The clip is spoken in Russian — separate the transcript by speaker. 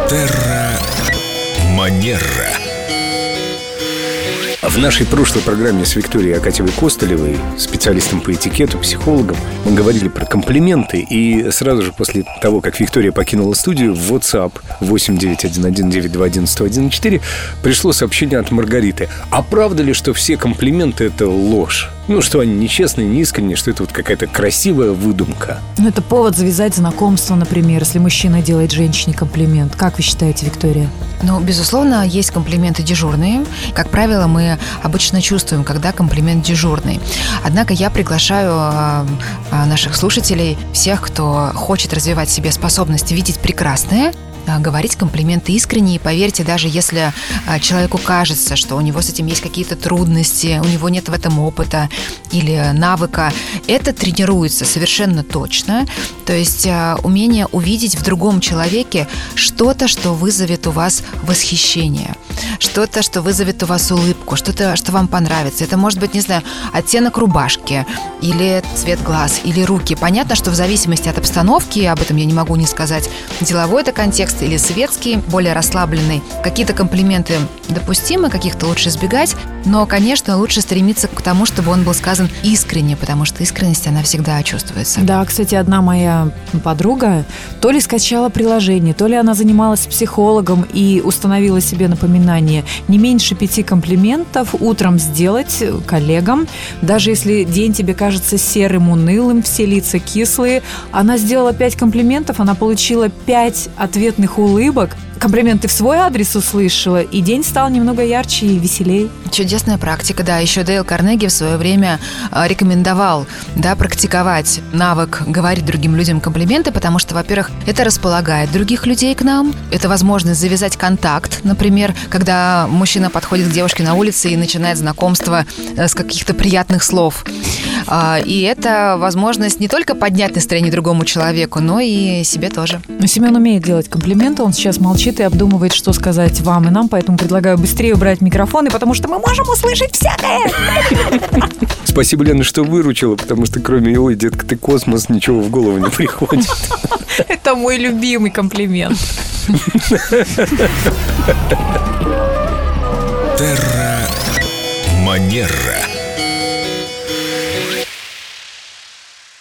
Speaker 1: Терра Манера.
Speaker 2: В нашей прошлой программе с Викторией Акатьевой-Костылевой, специалистом по этикету, психологом, мы говорили про комплименты. И сразу же после того, как Виктория покинула студию, в WhatsApp 89119211014 пришло сообщение от Маргариты. А правда ли, что все комплименты — это ложь? Ну, что они нечестные, неискренние, что это вот какая-то красивая выдумка.
Speaker 3: Ну, это повод завязать знакомство, например, если мужчина делает женщине комплимент. Как вы считаете, Виктория?
Speaker 4: Ну, безусловно, есть комплименты дежурные. Как правило, мы обычно чувствуем, когда комплимент дежурный. Однако я приглашаю наших слушателей, всех, кто хочет развивать в себе способность видеть прекрасное, говорить комплименты искренне. И поверьте, даже если человеку кажется, что у него с этим есть какие-то трудности, у него нет в этом опыта или навыка, это тренируется совершенно точно. То есть умение увидеть в другом человеке что-то, что вызовет у вас восхищение, что-то, что вызовет у вас улыбку, что-то, что вам понравится. Это может быть, не знаю, оттенок рубашки или цвет глаз, или руки. Понятно, что в зависимости от обстановки, об этом я не могу не сказать, деловой это контекст или светский, более расслабленный. Какие-то комплименты допустимы, каких-то лучше избегать, но, конечно, лучше стремиться к тому, чтобы он был сказан искренне, потому что искренность, она всегда чувствуется.
Speaker 3: Да, кстати, одна моя подруга то ли скачала приложение, то ли она занималась с психологом и установила себе напоминание не меньше 5 комплиментов утром сделать коллегам. Даже если день тебе кажется серым, унылым, все лица кислые, она сделала 5 комплиментов, она получила 5 ответных улыбок, комплименты в свой адрес услышала, и день стал немного ярче и веселей.
Speaker 4: Чудесная практика, да. Еще Дейл Карнеги в свое время рекомендовал, практиковать навык говорить другим людям комплименты, потому что, во-первых, это располагает других людей к нам, это возможность завязать контакт, например, когда мужчина подходит к девушке на улице и начинает знакомство с каких-то приятных слов. И это возможность не только поднять настроение другому человеку, но и себе тоже.
Speaker 3: Но Семен умеет делать комплименты, он сейчас молчит и обдумывает, что сказать вам и нам, поэтому предлагаю быстрее убрать микрофоны, потому что мы можем услышать всякое.
Speaker 2: Спасибо, Лена, что выручила, потому что кроме «Ой, детка, ты космос», ничего в голову не приходит.
Speaker 3: Это мой любимый комплимент.
Speaker 1: Терра Манера.